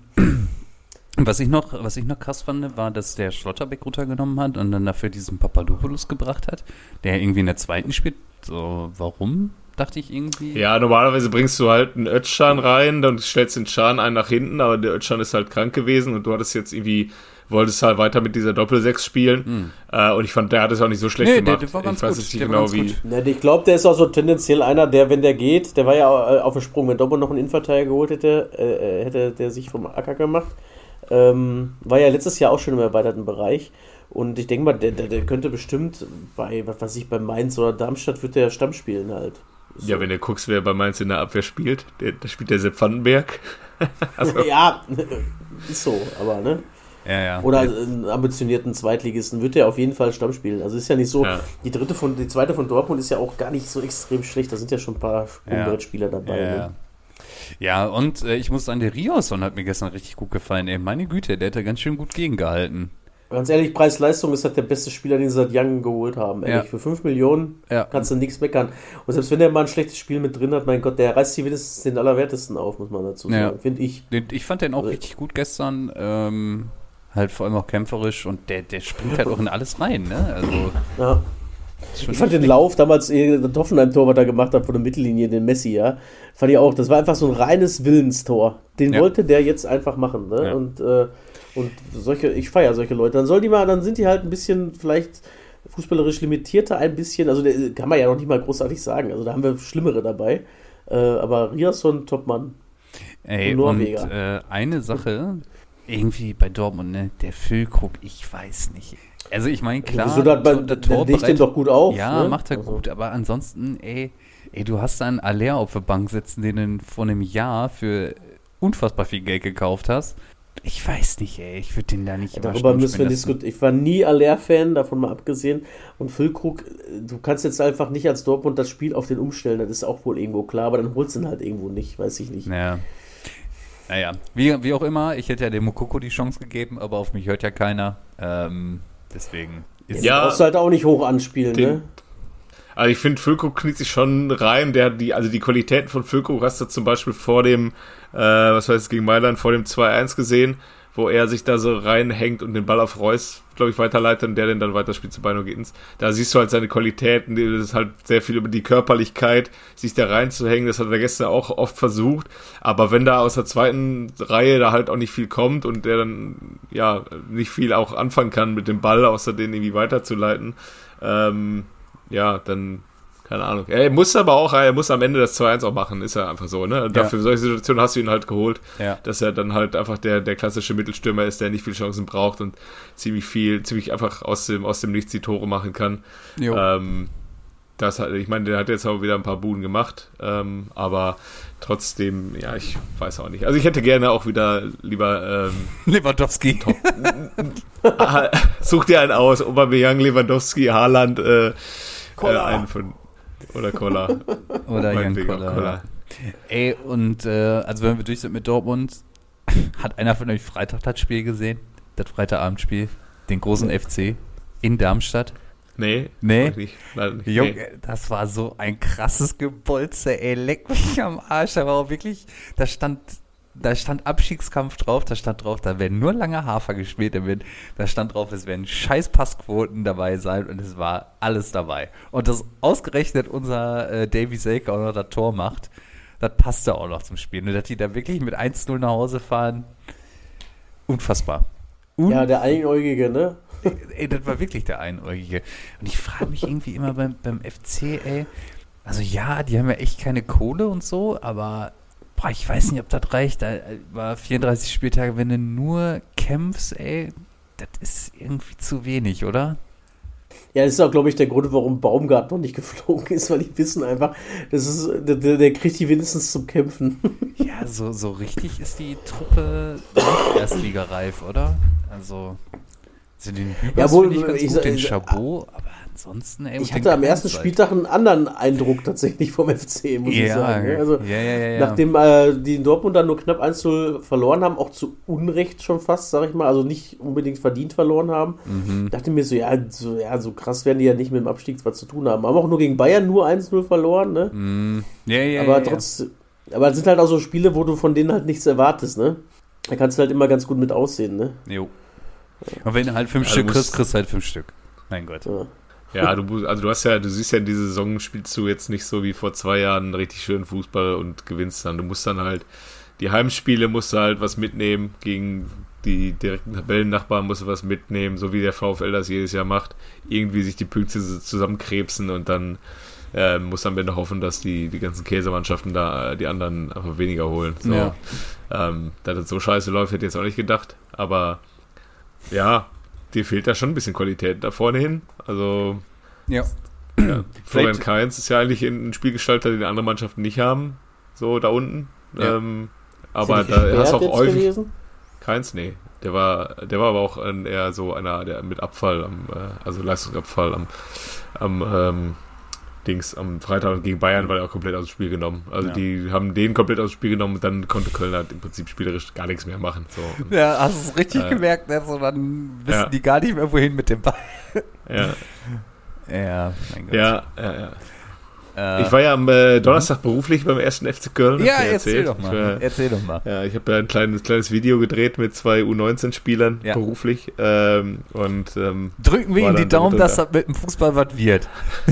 Was ich noch, was ich noch krass fand, war, dass der Schlotterbeck runtergenommen hat und dann dafür diesen Papadopoulos gebracht hat, der irgendwie in der zweiten spielt. So, warum? Dachte ich irgendwie. Ja, normalerweise bringst du halt einen Özcan rein, dann stellst den Can einen nach hinten, aber der Özcan ist halt krank gewesen und du hattest jetzt irgendwie, wolltest halt weiter mit dieser Doppel-Sechs spielen. Hm. Äh, und ich fand, der hat es auch nicht so schlecht nee, gemacht. Der, der war ganz ich weiß gut. Nicht genau wie. Ja, ich glaube, der ist auch so tendenziell einer, der, wenn der geht, der war ja auf dem Sprung, wenn Dortmund noch einen Innenverteidiger geholt hätte, äh, hätte der sich vom Acker gemacht. Ähm, war ja letztes Jahr auch schon im erweiterten Bereich. Und ich denke mal, der, der, der könnte bestimmt bei, was weiß ich, bei Mainz oder Darmstadt wird der Stamm spielen halt. So. Ja, wenn du guckst, wer bei Mainz in der Abwehr spielt, der, da spielt der Sepp Vandenberg. Also. Ja, ist so, aber ne? Ja, ja. Oder einen ambitionierten Zweitligisten wird der auf jeden Fall Stamm spielen. Also ist ja nicht so, ja. die dritte von, die zweite von Dortmund ist ja auch gar nicht so extrem schlecht, da sind ja schon ein paar Sprungbrett-Spieler dabei. Ja, ne? ja und äh, ich muss sagen, der Riosson hat mir gestern richtig gut gefallen. Ey, meine Güte, der hat da ganz schön gut gegengehalten. Ganz ehrlich, Preis-Leistung ist halt der beste Spieler, den sie seit Young geholt haben. Ehrlich, ja. Für fünf Millionen ja. kannst du nichts meckern. Und selbst wenn der mal ein schlechtes Spiel mit drin hat, mein Gott, der reißt hier wenigstens den Allerwertesten auf, muss man dazu sagen, ja. finde ich. Ich fand den auch also, richtig gut gestern, ähm, halt vor allem auch kämpferisch und der, der springt halt auch in alles rein, ne? Also, ja. Ich fand den Lauf damals, der Hoffenheim-Tor, was er gemacht hat, von der Mittellinie, den Messi, ja, fand ich auch, das war einfach so ein reines Willenstor. Den ja. wollte der jetzt einfach machen, ne? Ja. Und, äh, Und solche, ich feiere solche Leute. Dann soll die mal, dann sind die halt ein bisschen vielleicht fußballerisch limitierter, ein bisschen, also der, kann man ja noch nicht mal großartig sagen. Also da haben wir Schlimmere dabei. Äh, aber Riasson, Topmann. Ey, Norweger. Und äh, eine Sache, irgendwie bei Dortmund, ne, der Füllkrug, ich weiß nicht. Also ich meine, klar, wieso, der, der, der Tor legt den doch gut auf. Ja, ne? macht er also. gut, aber ansonsten, ey, ey, du hast da einen Aller auf der Bank sitzen, den du vor einem Jahr für unfassbar viel Geld gekauft hast. Ich weiß nicht, ey, ich würde den da nicht ja, darüber müssen wir diskutieren. Ich war nie Aller-Fan, davon mal abgesehen. Und Füllkrug, du kannst jetzt einfach nicht als Dortmund das Spiel auf den umstellen, das ist auch wohl irgendwo klar, aber dann holst du ihn halt irgendwo nicht, weiß ich nicht. Naja, naja. Wie, wie auch immer, ich hätte ja dem Moukoko die Chance gegeben, aber auf mich hört ja keiner. Ähm, deswegen ist ja, du brauchst halt auch nicht hoch anspielen, den, ne? Also ich finde, Füllkrug kniet sich schon rein. Der die, also die Qualitäten von Füllkrug hast du zum Beispiel vor dem, äh, was heißt es, gegen Mailand, vor dem zwei eins gesehen, wo er sich da so reinhängt und den Ball auf Reus glaube ich, weiterleitet und der den dann weiterspielt zu Bino Gittens. Da siehst du halt seine Qualitäten, das ist halt sehr viel über die Körperlichkeit, sich da reinzuhängen, das hat er gestern auch oft versucht, aber wenn da aus der zweiten Reihe da halt auch nicht viel kommt und der dann, ja, nicht viel auch anfangen kann mit dem Ball, außer den irgendwie weiterzuleiten, ähm, ja, dann keine Ahnung. Er muss aber auch, er muss am Ende das zwei eins auch machen, ist ja einfach so, ne? Und dafür, für solche Situationen hast du ihn halt geholt, ja. Dass er dann halt einfach der, der klassische Mittelstürmer ist, der nicht viele Chancen braucht und ziemlich viel, ziemlich einfach aus dem, aus dem Nichts die Tore machen kann. Ähm, das hat, ich meine, der hat jetzt auch wieder ein paar Buden gemacht, ähm, aber trotzdem, ja, ich weiß auch nicht. Also ich hätte gerne auch wieder lieber ähm, Lewandowski. Top, such dir einen aus, Aubameyang, Lewandowski, Haaland, äh, äh, einen von oder Koller. Oder Jan Koller. Koller. Ey, und äh, also wenn wir durch sind mit Dortmund, hat einer von euch Freitag das Spiel gesehen? Das Freitagabendspiel? Den großen F C in Darmstadt? Nee. Nee? Nicht. Nein, nicht. Junge, Nee. das war so ein krasses Gebolze, ey, leck mich am Arsch. Da war auch wirklich, da stand, da stand Abstiegskampf drauf, da stand drauf, da werden nur lange Hafer gespielt, da, wird, da stand drauf, es werden scheiß Passquoten dabei sein und es war alles dabei. Und dass ausgerechnet unser äh, Davy Selke auch noch das Tor macht, das passte auch noch zum Spiel. Und dass die da wirklich mit eins null nach Hause fahren, unfassbar. Un- Ja, der Einäugige, ne? Ey, das war wirklich der Einäugige. Und ich frage mich irgendwie immer beim, beim F C, ey, also ja, die haben ja echt keine Kohle und so, aber boah, ich weiß nicht, ob das reicht. Da war vierunddreißig Spieltage, wenn du nur kämpfst, ey, das ist irgendwie zu wenig, oder? Ja, das ist auch, glaube ich, der Grund, warum Baumgart noch nicht geflogen ist, weil die wissen einfach, das ist, der, der kriegt die wenigstens zum Kämpfen. Ja, so, so richtig ist die Truppe nicht erstligareif, oder? Also, also den Hübers Ja, wohl, finde ich ganz ich, gut, den ich, Chabot, aber ansonsten, ey, Ich hatte am ersten Spieltag einen anderen Eindruck tatsächlich vom F C, muss ja, ich sagen. Ne? Also, ja, ja, ja, ja. nachdem äh, die in Dortmund dann nur knapp eins null verloren haben, auch zu Unrecht schon fast, sag ich mal, also nicht unbedingt verdient verloren haben, Mhm. dachte mir so ja, so, ja, so krass werden die ja nicht mit dem Abstieg was zu tun haben. Haben auch nur gegen Bayern nur eins null verloren, ne? Mhm. Ja, ja, aber ja, trotz, ja. aber es sind halt auch so Spiele, wo du von denen halt nichts erwartest, ne? Da kannst du halt immer ganz gut mit aussehen, ne? Jo. Und wenn du halt fünf Ja, Stück du kriegst, musst- kriegst du halt fünf Stück. Mein Gott. Ja. Ja, du, musst- also du hast ja, du siehst ja in dieser Saison spielst du jetzt nicht so wie vor zwei Jahren richtig schön Fußball und gewinnst dann. Du musst dann halt, die Heimspiele musst du halt was mitnehmen, gegen die direkten Tabellennachbarn musst du was mitnehmen, so wie der VfL das jedes Jahr macht. Irgendwie sich die Punkte so zusammenkrebsen und dann äh, muss am Ende hoffen, dass die, die ganzen Käsemannschaften da äh, die anderen einfach weniger holen. So. Ja. Ähm, dass das so scheiße läuft, hätte ich jetzt auch nicht gedacht. Aber ja, dir fehlt da schon ein bisschen Qualität da vorne hin. Also Ja. ja, Florian Vielleicht- Kainz ist ja eigentlich ein Spielgestalter, den andere Mannschaften nicht haben. So da unten. Ja. Ähm, aber Ist der da nicht hast du gesperrt auch jetzt häufig. gewesen? Keins, nee. Der war, der war aber auch ein, eher so einer, der mit Abfall, am, äh, also Leistungsabfall am, am ähm, Dings, am Freitag gegen Bayern war er auch komplett aus dem Spiel genommen. Also Ja. die haben den komplett aus dem Spiel genommen und dann konnte Köln halt im Prinzip spielerisch gar nichts mehr machen. So. Und, Ja, hast du es richtig Äh, gemerkt, ne? So, dann wissen ja. die gar nicht mehr, wohin mit dem Ball. ja, Ja, mein Gott. ja, ja, ja. Äh, Ich war ja am äh, Donnerstag beruflich beim ersten F C Köln. hab ja, ich dir erzähl erzählt. doch Ich mal. war, Erzähl doch mal. Ja, ich habe ja ein kleines, kleines Video gedreht mit zwei U neunzehn Spielern Ja. beruflich. Ähm, und ähm, Drücken wir war ihm die dann Daumen, darunter. dass das mit dem Fußball was wird.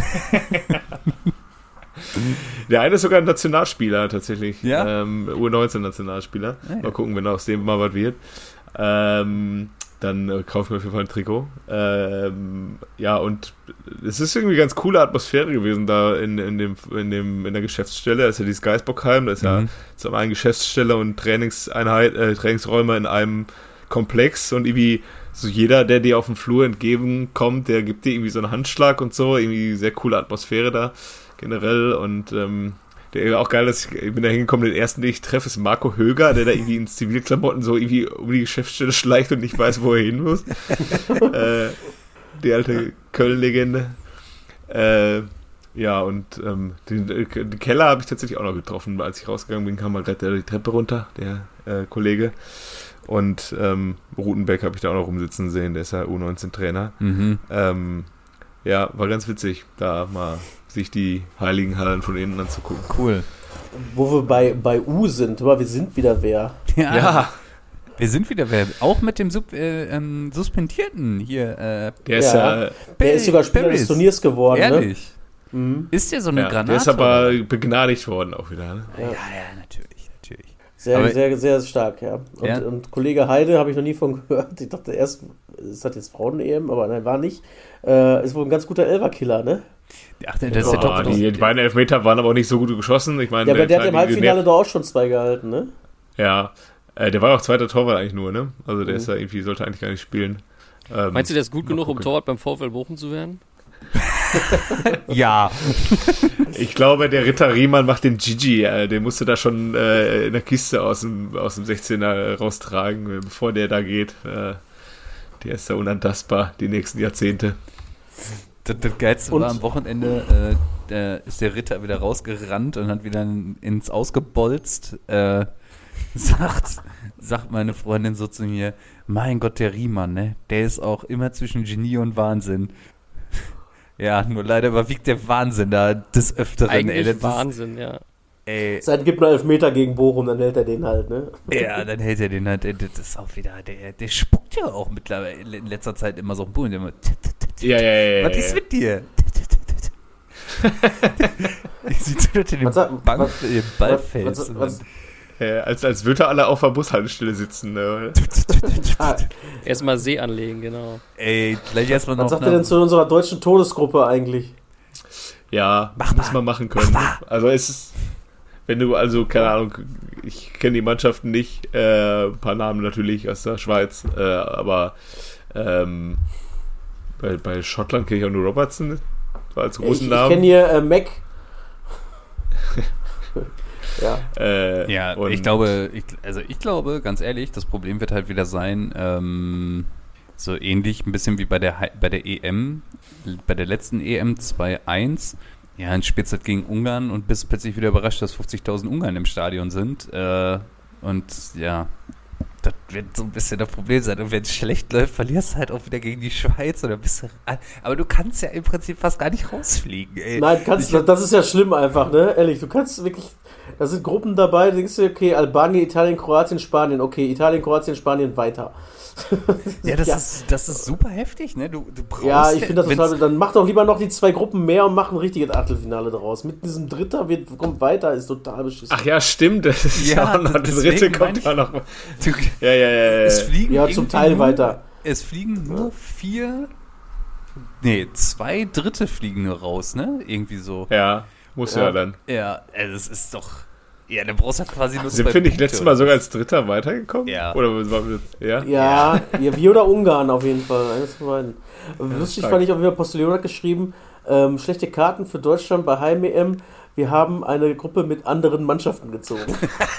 der eine ist sogar ein Nationalspieler tatsächlich. Ja? Ähm, U neunzehn Nationalspieler. Ah, ja. Mal gucken, wenn aus dem mal was wird. Ähm, dann äh, kaufen wir auf jeden Fall ein Trikot. Ähm, ja, und es ist irgendwie ganz coole Atmosphäre gewesen da in, in, dem, in, dem, in der Geschäftsstelle. Da ist ja dieses Geisbockheim, da ist ja Mhm. zum einen Geschäftsstelle und Trainingseinheit, äh, Trainingsräume in einem Komplex und irgendwie so jeder, der dir auf dem Flur entgegenkommt, der gibt dir irgendwie so einen Handschlag und so, irgendwie sehr coole Atmosphäre da generell und ähm, der auch geil, dass ich, ich bin da hingekommen, den ersten, den ich treffe, ist Marco Höger, der da irgendwie in Zivilklamotten so irgendwie um die Geschäftsstelle schleicht und nicht weiß, wo er hin muss. äh, die alte Köln-Legende. Äh, ja, und ähm, den, den Keller habe ich tatsächlich auch noch getroffen. Als ich rausgegangen bin, kam mal gerade die Treppe runter, der äh, Kollege. Und ähm, Rutenbeck habe ich da auch noch rumsitzen sehen, der ist ja U neunzehn Trainer. Mhm. Ähm, ja, war ganz witzig, da mal sich die heiligen Hallen von innen anzugucken. Cool. Wo wir bei, bei U sind, aber wir sind wieder wer. Ja, Wir sind wieder, wer, auch mit dem Sub, äh, ähm, Suspendierten hier. Äh, Der ist Ja. ja, Der ist sogar Spieler Paris. des Turniers geworden, Ehrlich? ne? Mhm. Ist der so eine ja Granate? der ist aber oder? begnadigt worden auch wieder. Ne? Ja, ja, natürlich, natürlich. Sehr, Aber- sehr, sehr stark, ja. Und, Ja. und Kollege Heide habe ich noch nie von gehört. Ich dachte erst, es hat jetzt Frauen-E M, aber nein, war nicht. Äh, ist wohl ein ganz guter Elferkiller, ne? Ach, das ist ja Oh, doch, die, die beiden Elfmeter waren aber auch nicht so gut geschossen. Ich meine, Ja, aber der hat kleine im Halbfinale Nerv- doch auch schon zwei gehalten, ne? Ja, äh, der war auch zweiter Torwart eigentlich nur, ne? Also der Mhm. ist da irgendwie, sollte eigentlich gar nicht spielen. Ähm, Meinst du, der ist gut mal genug, um gucken. Torwart beim VfL Bochum zu werden? ja. Ich glaube, der Ritter Riemann macht den Gigi, äh, den musste da schon äh, in der Kiste aus dem, aus dem sechzehner raustragen, bevor der da geht. Äh, der ist da unantastbar, die nächsten Jahrzehnte. Das, das Geilste Und- war am Wochenende, äh, da ist der Ritter wieder rausgerannt und hat wieder ins Ausgebolzt. Äh, sagt, sagt meine Freundin so zu mir, mein Gott, der Riemann, ne? Der ist auch immer zwischen Genie und Wahnsinn. Ja, nur leider überwiegt der Wahnsinn da des Öfteren. Eigentlich ey, das ist- Wahnsinn, ja. Ey, Seit gibt nur Elfmeter gegen Bochum, dann hält er den halt, ne? ja, dann hält er den halt, ey, das ist auch wieder, der, der spuckt ja auch mittlerweile in letzter Zeit immer so einen Bullen, der immer, Ja, ja, ja. was ja, ist ja. mit dir? Sieht so, dass er den Was sagt- Bank, was- den Ball was- fällt. was- was- Äh, als, als würde er alle auf der Bushaltestelle sitzen. Ne? Ah, Erstmal See anlegen, genau. Ey, gleich erstmal noch. was sagt ihr denn zu unserer deutschen Todesgruppe eigentlich? Ja, Mach muss mal. man machen können. Mach Also es ist, wenn du, also, keine Ahnung, ich kenne die Mannschaften nicht, äh, ein paar Namen natürlich aus der Schweiz, äh, aber ähm, bei, bei Schottland kenne ich auch nur Robertson, so als Ich, großen ich Namen. kenne hier äh, Mac. ja. Äh, Ja, und ich glaube, ich, also ich glaube, ganz ehrlich, das Problem wird halt wieder sein, ähm, so ähnlich ein bisschen wie bei der Hi- bei der E M, bei der letzten E M zwei eins. Ja, ein Spiel halt gegen Ungarn und bist plötzlich wieder überrascht, dass fünfzigtausend Ungarn im Stadion sind. Äh, und ja, das wird so ein bisschen das Problem sein. Und wenn es schlecht läuft, verlierst du halt auch wieder gegen die Schweiz oder bist du, aber du kannst ja im Prinzip fast gar nicht rausfliegen. Ey. Nein, kannst, Ich- das ist ja schlimm einfach, ne? Ehrlich, du kannst wirklich, da sind Gruppen dabei, da denkst du, okay, Albanien, Italien, Kroatien, Spanien, okay, Italien, Kroatien, Spanien, weiter. Ja, das, Ja. Ist, das ist super heftig, ne? Du, du brauchst Ja, ich finde das wenn's- total, dann mach doch lieber noch die zwei Gruppen mehr und mach ein richtiges Achtelfinale draus. Mit diesem Dritter wird, kommt weiter, ist total beschissen. Ach ja, stimmt, das ist Ja, ja, auch noch, der deswegen dritte meine kommt ich- ja noch. Du, Ja, ja, ja, ja. es fliegen Ja, zum irgendwie Teil nur, weiter. Es fliegen nur vier, nee, zwei Dritte fliegen nur raus, ne? Irgendwie so. Ja, muss ja, Ja. dann. Ja, also es ist doch, ja, dann brauchst du halt quasi nur Sind zwei wir nicht Punkte letztes Mal oder sogar als Dritter weitergekommen? Ja. Oder was war das? Ja? Ja, ja, wir oder Ungarn auf jeden Fall. Eines von beiden. Lustig stark. fand ich auch wieder, Postillon hat geschrieben, ähm, schlechte Karten für Deutschland bei Heim-E M. Wir haben eine Gruppe mit anderen Mannschaften gezogen.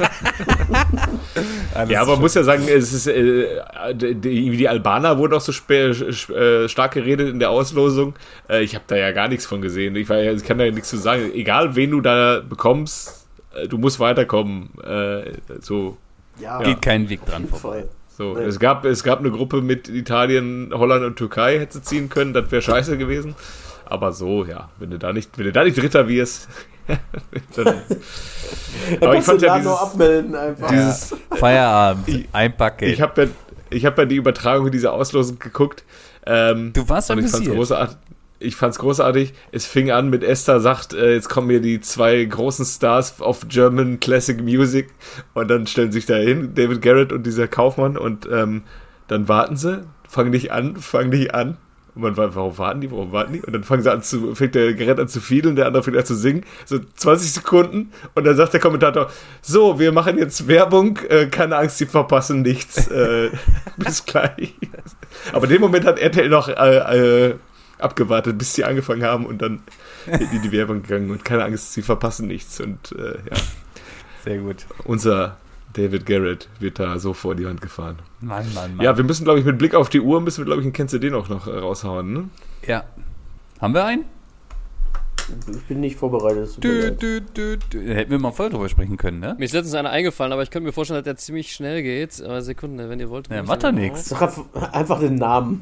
Alles Ja, aber man schon- muss ja sagen, es ist, äh, die, die Albaner wurden auch so spä- sch- äh, stark geredet in der Auslosung. Äh, ich habe da ja gar nichts von gesehen. Ich, war ja, ich kann da ja nichts zu sagen. Egal, wen du da bekommst, äh, du musst weiterkommen. Äh, so, Ja, geht keinen Weg dran auf jeden vorbei. Fall. so. Nee. Es gab, es gab eine Gruppe mit Italien, Holland und Türkei, hätte sie ziehen können. Das wäre scheiße gewesen. Aber so, ja, wenn du da nicht, wenn du da nicht Dritter wirst, dann. Da Aber ich kannst fand du ja da nur dieses, abmelden einfach. dieses Feierabend, Ich- einpacken. ich habe ja, ich hab ja die Übertragung dieser Auslosung geguckt. Ähm, Du warst und ich fand's amüsiert. großartig. Ich fand's großartig. Es fing an mit Esther sagt, äh, jetzt kommen hier die zwei großen Stars of German Classic Music und dann stellen sich da hin David Garrett und dieser Kaufmann und ähm, dann warten sie, fangen nicht an, fangen nicht an. Und man war, warum warten die, warum warten die? Und dann fangen sie an zu, fängt der Gerät an zu fiedeln, der andere fängt an zu singen, so zwanzig Sekunden und dann sagt der Kommentator, so, wir machen jetzt Werbung, äh, keine Angst, sie verpassen nichts, äh, bis gleich. Aber in dem Moment hat R T L noch äh, äh, abgewartet, bis sie angefangen haben und dann in die Werbung gegangen und keine Angst, sie verpassen nichts und äh, ja, Sehr gut. unser David Garrett wird da so vor die Wand gefahren. Mann, Mann, Mann. Ja, wir müssen, glaube ich, mit Blick auf die Uhr, müssen wir, glaube ich, einen Kennst du den auch noch äh, raushauen, ne? Ja. Haben wir einen? Ich bin nicht vorbereitet. es tut mir Dü, leid. dü, dü, dü. Hätten wir mal voll drüber sprechen können, ne? Mir ist letztens einer eingefallen, aber ich könnte mir vorstellen, dass der ziemlich schnell geht. Aber Sekunde, wenn ihr wollt. Ja, ruhig macht sagen, doch nix. Sag einfach- einfach den Namen.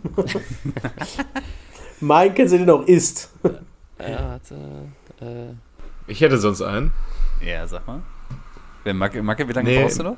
Mein kennst du den auch ist. Ja, warte. Äh, Ich hätte sonst einen. Ja, sag mal. Wer Macke, Macke, wie lange Nee. brauchst du noch?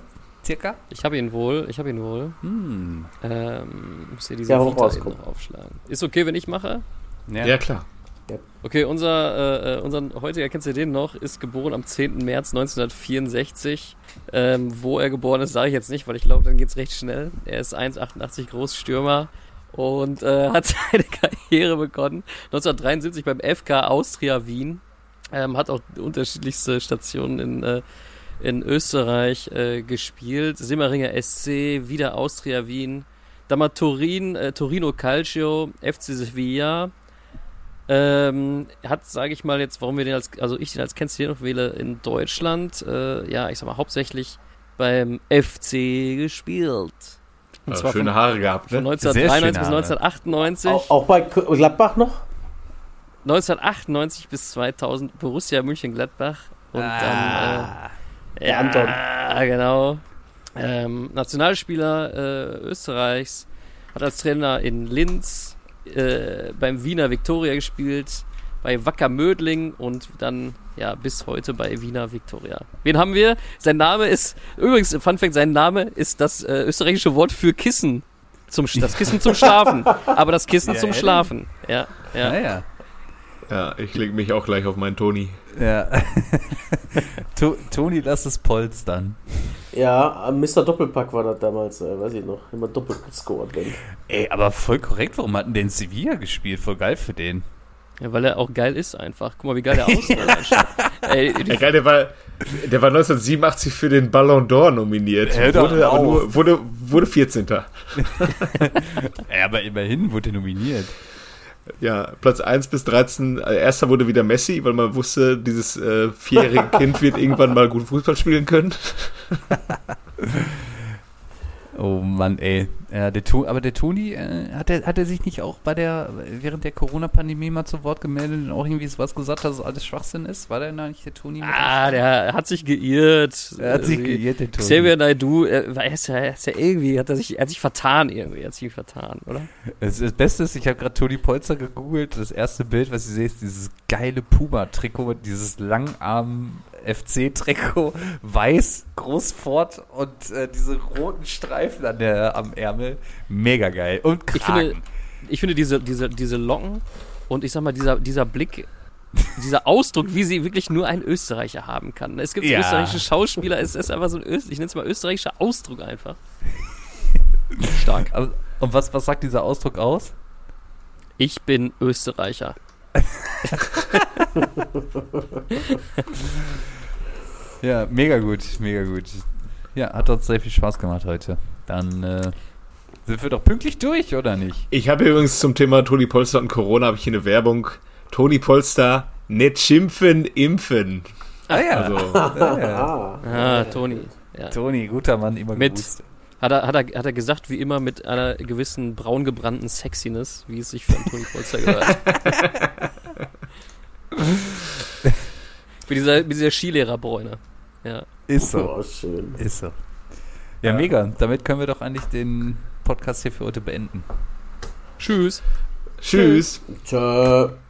circa? Ich habe ihn wohl, ich habe ihn wohl. Hm. Ähm, muss hier diese Ja, Vita raus, eben komm. noch aufschlagen. Ist okay, wenn ich mache? Ja. Ja, klar. Okay, unser, äh, unser heutiger, kennst du den noch, ist geboren am zehnten März neunzehnhundertvierundsechzig. Ähm, wo er geboren ist, sage ich jetzt nicht, weil ich glaube, dann geht's recht schnell. Er ist eins Komma achtundachtzig groß, Stürmer und äh, hat seine Karriere begonnen neunzehnhundertdreiundsiebzig beim F K Austria Wien. Ähm, hat auch unterschiedlichste Stationen in, äh, in Österreich äh, gespielt. Simmeringer S C, wieder Austria Wien. Dann mal Turin, äh, Torino Calcio, F C Sevilla. Ähm, hat, sage ich mal jetzt, warum wir den als, also ich den als kennst du den noch wähle, in Deutschland, äh, ja, ich sag mal, hauptsächlich beim F C gespielt. Und Ja, zwar schöne von, Haare gehabt, von ne? neunzehnhundertdreiundneunzig bis Sehr schöne Haare. neunzehnhundertachtundneunzig. Auch, auch bei K- Gladbach noch? neunzehnhundertachtundneunzig bis zweitausend Borussia Mönchengladbach. Und Ah. dann, äh, ja, Anton. genau. Ähm, Nationalspieler äh, Österreichs, hat als Trainer in Linz, äh, beim Wiener Viktoria gespielt, bei Wacker Mödling und dann ja bis heute bei Wiener Viktoria. Wen haben wir? Sein Name ist, übrigens, Fun Fact, sein Name ist das äh, österreichische Wort für Kissen. Zum, Sch- das Kissen zum Schlafen. Aber das Kissen Ja, zum ehrlich? Schlafen. Ja, ja. Naja. Ja, ich leg mich auch gleich auf meinen Toni. Ja. to- Toni, lass es polstern. Ja, Mister Doppelpack war das damals, äh, weiß ich noch. Immer doppelt gescored, wenn. Ey, aber voll korrekt, warum hat denn der in Sevilla gespielt? Voll geil für den. Ja, weil er auch geil ist einfach. Guck mal, wie geil der aussieht. Ey, die, Ja, geil, der war, der war neunzehnhundertsiebenundachtzig für den Ballon d'Or nominiert. Hör doch Wurde aber auf. nur, wurde, wurde vierzehnter. Ja, aber immerhin wurde er nominiert. Ja, Platz eins bis dreizehn, äh, erster wurde wieder Messi, weil man wusste, dieses äh, vierjährige Kind wird irgendwann mal gut Fußball spielen können. Oh Mann, ey. Ja, der to- aber der Toni, äh, hat, er, hat er sich nicht auch bei der, während der Corona-Pandemie mal zu Wort gemeldet und auch irgendwie was gesagt, dass es alles Schwachsinn ist? War der noch nicht der Toni? mit ah, am der hat sich geirrt. Start? Er hat sich Äh, geirrt, der Toni. Xavier Naidoo, er, er, ist ja, er ist ja irgendwie, hat er sich, er hat sich vertan irgendwie, er hat sich vertan, oder? Das, das Beste ist, ich habe gerade Toni Polster gegoogelt. Das erste Bild, was ich sehe, ist dieses geile Puma-Trikot, dieses Langarm-F C-Trikot, weiß, Großfort und äh, diese roten Streifen an der, am Ärmel. Mega geil. Und Kragen. Ich finde, ich finde diese, diese, diese Locken und ich sag mal, dieser, dieser Blick, dieser Ausdruck, wie sie wirklich nur ein Österreicher haben kann. Es gibt Ja. österreichische Schauspieler, es ist einfach so ein Öst, ich nenne es mal österreichischer Ausdruck einfach. Stark. Aber, und was, was sagt dieser Ausdruck aus? Ich bin Österreicher. Ja, mega gut, mega gut. Ja, hat uns sehr viel Spaß gemacht heute. Dann äh, sind wir doch pünktlich durch, oder nicht? Ich habe übrigens zum Thema Toni Polster und Corona habe ich hier eine Werbung. Toni Polster, nicht schimpfen, impfen. Ah ja. Also, ja, ja. Ah, Ah, Toni. Ja. Toni, guter Mann, immer Mit- gewusst. Hat er, hat, er, hat er gesagt, wie immer, mit einer gewissen braungebrannten Sexiness, wie es sich für einen Toni Polster gehört. mit dieser, mit dieser Skilehrerbräune. Ja. Ist so. oh, schön. Ist so. Ja, mega. Damit können wir doch eigentlich den Podcast hier für heute beenden. Tschüss. tschüss. Tschö.